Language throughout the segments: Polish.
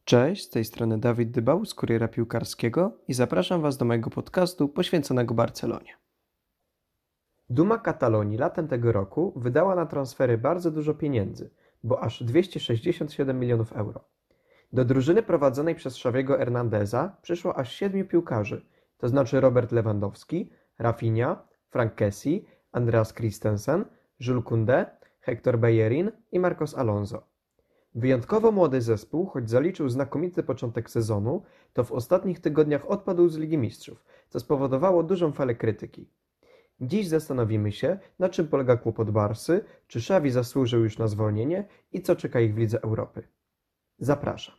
Cześć, z tej strony Dawid Dybał z Kuriera Piłkarskiego i zapraszam Was do mojego podcastu poświęconego Barcelonie. Duma Katalonii latem tego roku wydała na transfery bardzo dużo pieniędzy, bo aż 267 milionów euro. Do drużyny prowadzonej przez Xaviego Hernandeza przyszło aż 7 piłkarzy, to znaczy Robert Lewandowski, Rafinha, Frank Kessie, Andreas Christensen, Jules Koundé, Hector Bellerin i Marcos Alonso. Wyjątkowo młody zespół, choć zaliczył znakomity początek sezonu, to w ostatnich tygodniach odpadł z Ligi Mistrzów, co spowodowało dużą falę krytyki. Dziś zastanowimy się, na czym polega kłopot Barsy, czy Xavi zasłużył już na zwolnienie i co czeka ich w Lidze Europy. Zapraszam.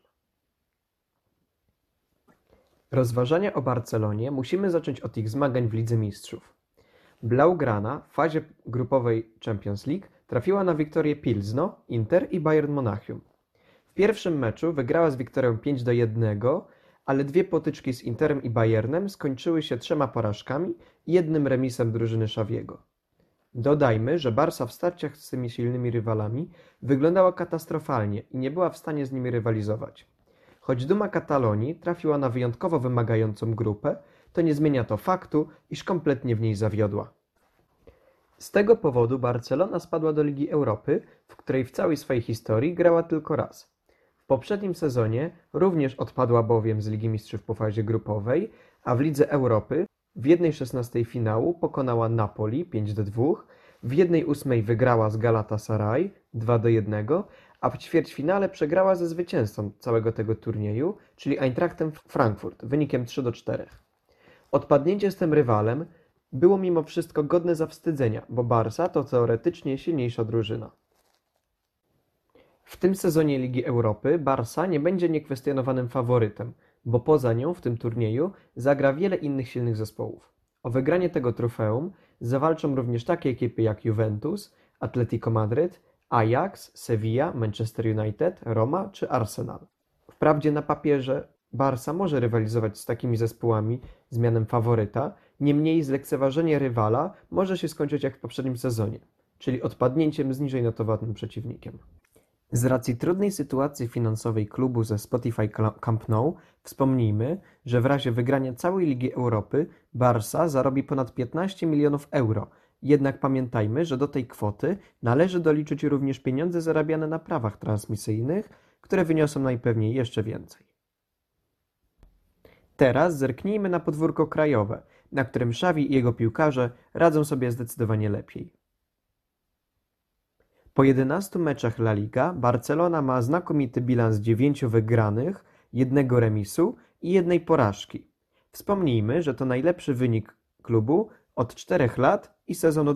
Rozważania o Barcelonie musimy zacząć od ich zmagań w Lidze Mistrzów. Blaugrana w fazie grupowej Champions League trafiła na Wiktorię Pilzno, Inter i Bayern Monachium. W pierwszym meczu wygrała z Wiktorią 5-1, ale dwie potyczki z Interem i Bayernem skończyły się 3 porażkami i 1 remisem drużyny Xaviego. Dodajmy, że Barsa w starciach z tymi silnymi rywalami wyglądała katastrofalnie i nie była w stanie z nimi rywalizować. Choć Duma Katalonii trafiła na wyjątkowo wymagającą grupę, to nie zmienia to faktu, iż kompletnie w niej zawiodła. Z tego powodu Barcelona spadła do Ligi Europy, w której w całej swojej historii grała tylko raz. W poprzednim sezonie również odpadła bowiem z Ligi Mistrzów po fazie grupowej, a w Lidze Europy w 1/16 finału pokonała Napoli 5-2, w 1/8 wygrała z Galatasaray 2-1, a w ćwierćfinale przegrała ze zwycięzcą całego tego turnieju, czyli Eintrachtem Frankfurt, wynikiem 3-4. Odpadnięcie z tym rywalem było mimo wszystko godne zawstydzenia, bo Barsa to teoretycznie silniejsza drużyna. W tym sezonie Ligi Europy Barsa nie będzie niekwestionowanym faworytem, bo poza nią w tym turnieju zagra wiele innych silnych zespołów. O wygranie tego trofeum zawalczą również takie ekipy jak Juventus, Atletico Madryt, Ajax, Sevilla, Manchester United, Roma czy Arsenal. Wprawdzie na papierze Barsa może rywalizować z takimi zespołami z mianem faworyta, niemniej zlekceważenie rywala może się skończyć jak w poprzednim sezonie, czyli odpadnięciem z niżej notowanym przeciwnikiem. Z racji trudnej sytuacji finansowej klubu ze Spotify Camp Nou wspomnijmy, że w razie wygrania całej Ligi Europy Barsa zarobi ponad 15 milionów euro, jednak pamiętajmy, że do tej kwoty należy doliczyć również pieniądze zarabiane na prawach transmisyjnych, które wyniosą najpewniej jeszcze więcej. Teraz zerknijmy na podwórko krajowe, na którym Xavi i jego piłkarze radzą sobie zdecydowanie lepiej. Po 11 meczach La Liga Barcelona ma znakomity bilans 9 wygranych, 1 remisu i 1 porażki. Wspomnijmy, że to najlepszy wynik klubu od 4 lat i sezonu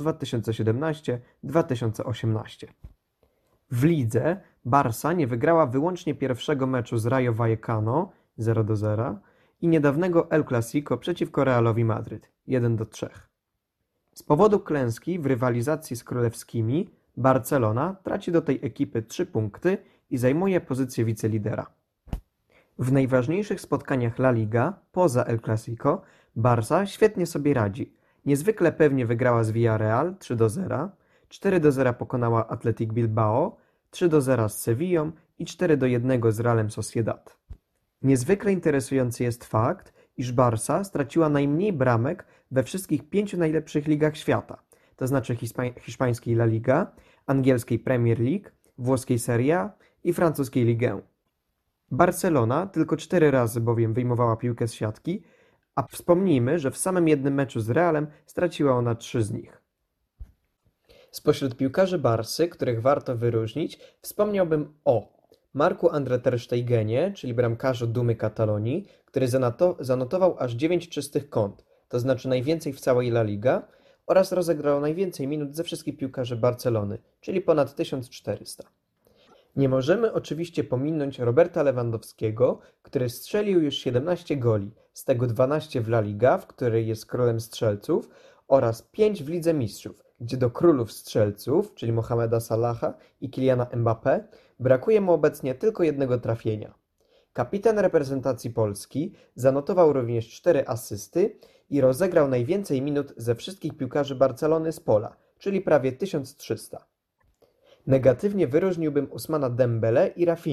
2017-2018. W lidze Barsa nie wygrała wyłącznie pierwszego meczu z Rayo Vallecano 0-0 i niedawnego El Clasico przeciwko Realowi Madryt 1-3. Z powodu klęski w rywalizacji z królewskimi Barcelona traci do tej ekipy 3 punkty i zajmuje pozycję wicelidera. W najważniejszych spotkaniach La Liga, poza El Clasico, Barsa świetnie sobie radzi. Niezwykle pewnie wygrała z Villarreal 3-0, 4-0 pokonała Athletic Bilbao, 3-0 z Sevillą i 4-1 z Realem Sociedad. Niezwykle interesujący jest fakt, iż Barsa straciła najmniej bramek we wszystkich 5 najlepszych ligach świata, to znaczy hiszpańskiej La Liga, angielskiej Premier League, włoskiej Serie A i francuskiej Ligue 1. Barcelona tylko 4 razy bowiem wyjmowała piłkę z siatki, a wspomnijmy, że w samym jednym meczu z Realem straciła ona 3 z nich. Spośród piłkarzy Barsy, których warto wyróżnić, wspomniałbym o Marcu André ter Stegenie, czyli bramkarzu Dumy Katalonii, który zanotował aż 9 czystych kąt, to znaczy najwięcej w całej La Liga, oraz rozegrał najwięcej minut ze wszystkich piłkarzy Barcelony, czyli ponad 1400. Nie możemy oczywiście pominąć Roberta Lewandowskiego, który strzelił już 17 goli, z tego 12 w La Liga, w której jest królem strzelców, oraz 5 w Lidze Mistrzów, gdzie do królów strzelców, czyli Mohameda Salaha i Kyliana Mbappé, brakuje mu obecnie tylko 1 trafienia. Kapitan reprezentacji Polski zanotował również 4 asysty i rozegrał najwięcej minut ze wszystkich piłkarzy Barcelony z pola, czyli prawie 1300. Negatywnie wyróżniłbym Ousmana Dembele i Rafinhię,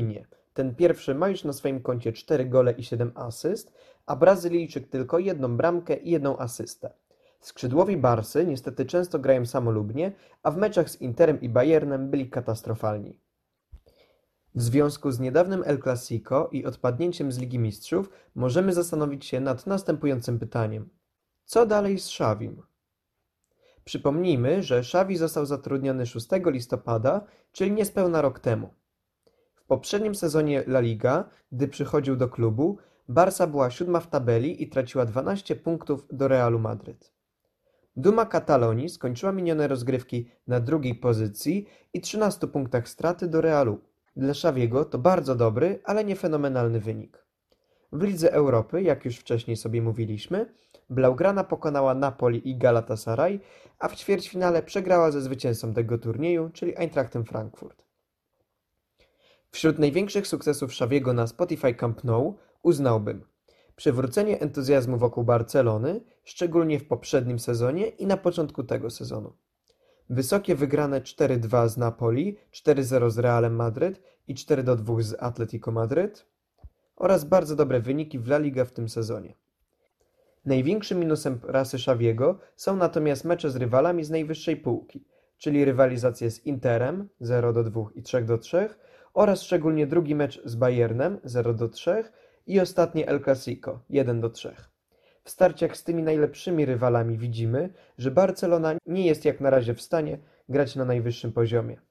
Ten pierwszy ma już na swoim koncie 4 gole i 7 asyst, a Brazylijczyk tylko 1 bramkę i 1 asystę. Skrzydłowi Barsy niestety często grają samolubnie, a w meczach z Interem i Bayernem byli katastrofalni. W związku z niedawnym El Clasico i odpadnięciem z Ligi Mistrzów możemy zastanowić się nad następującym pytaniem. Co dalej z Xavim? Przypomnijmy, że Xavi został zatrudniony 6 listopada, czyli niespełna rok temu. W poprzednim sezonie La Liga, gdy przychodził do klubu, Barsa była 7. w tabeli i traciła 12 punktów do Realu Madryt. Duma Katalonii skończyła minione rozgrywki na drugiej pozycji i 13 punktach straty do Realu. Dla Xaviego to bardzo dobry, ale nie fenomenalny wynik. W Lidze Europy, jak już wcześniej sobie mówiliśmy, Blaugrana pokonała Napoli i Galatasaray, a w ćwierćfinale przegrała ze zwycięzcą tego turnieju, czyli Eintrachtem Frankfurt. Wśród największych sukcesów Xaviego na Spotify Camp Nou uznałbym przywrócenie entuzjazmu wokół Barcelony, szczególnie w poprzednim sezonie i na początku tego sezonu. Wysokie wygrane 4-2 z Napoli, 4-0 z Realem Madryt i 4-2 z Atletico Madryt oraz bardzo dobre wyniki w La Liga w tym sezonie. Największym minusem rasy Xaviego są natomiast mecze z rywalami z najwyższej półki, czyli rywalizacje z Interem 0-2 i 3-3 oraz szczególnie drugi mecz z Bayernem 0-3 i ostatnie El Clasico 1-3. W starciach z tymi najlepszymi rywalami widzimy, że Barcelona nie jest jak na razie w stanie grać na najwyższym poziomie.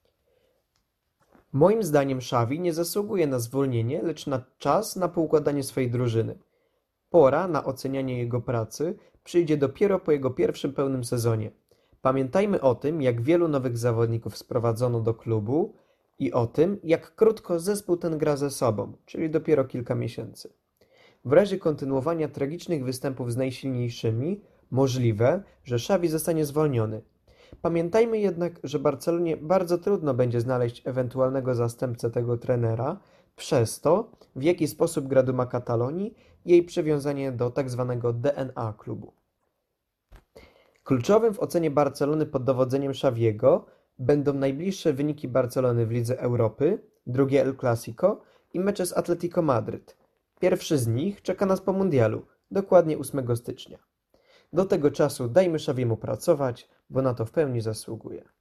Moim zdaniem Xavi nie zasługuje na zwolnienie, lecz na czas na poukładanie swojej drużyny. Pora na ocenianie jego pracy przyjdzie dopiero po jego pierwszym pełnym sezonie. Pamiętajmy o tym, jak wielu nowych zawodników sprowadzono do klubu i o tym, jak krótko zespół ten gra ze sobą, czyli dopiero kilka miesięcy. W razie kontynuowania tragicznych występów z najsilniejszymi, możliwe, że Xavi zostanie zwolniony. Pamiętajmy jednak, że Barcelonie bardzo trudno będzie znaleźć ewentualnego zastępcę tego trenera, przez to, w jaki sposób gra Duma Katalonii i jej przywiązanie do tzw. DNA klubu. Kluczowym w ocenie Barcelony pod dowodzeniem Xaviego będą najbliższe wyniki Barcelony w Lidze Europy, drugie El Clasico i mecze z Atletico Madryt. Pierwszy z nich czeka nas po mundialu, dokładnie 8 stycznia. Do tego czasu dajmy Xaviemu pracować, bo na to w pełni zasługuje.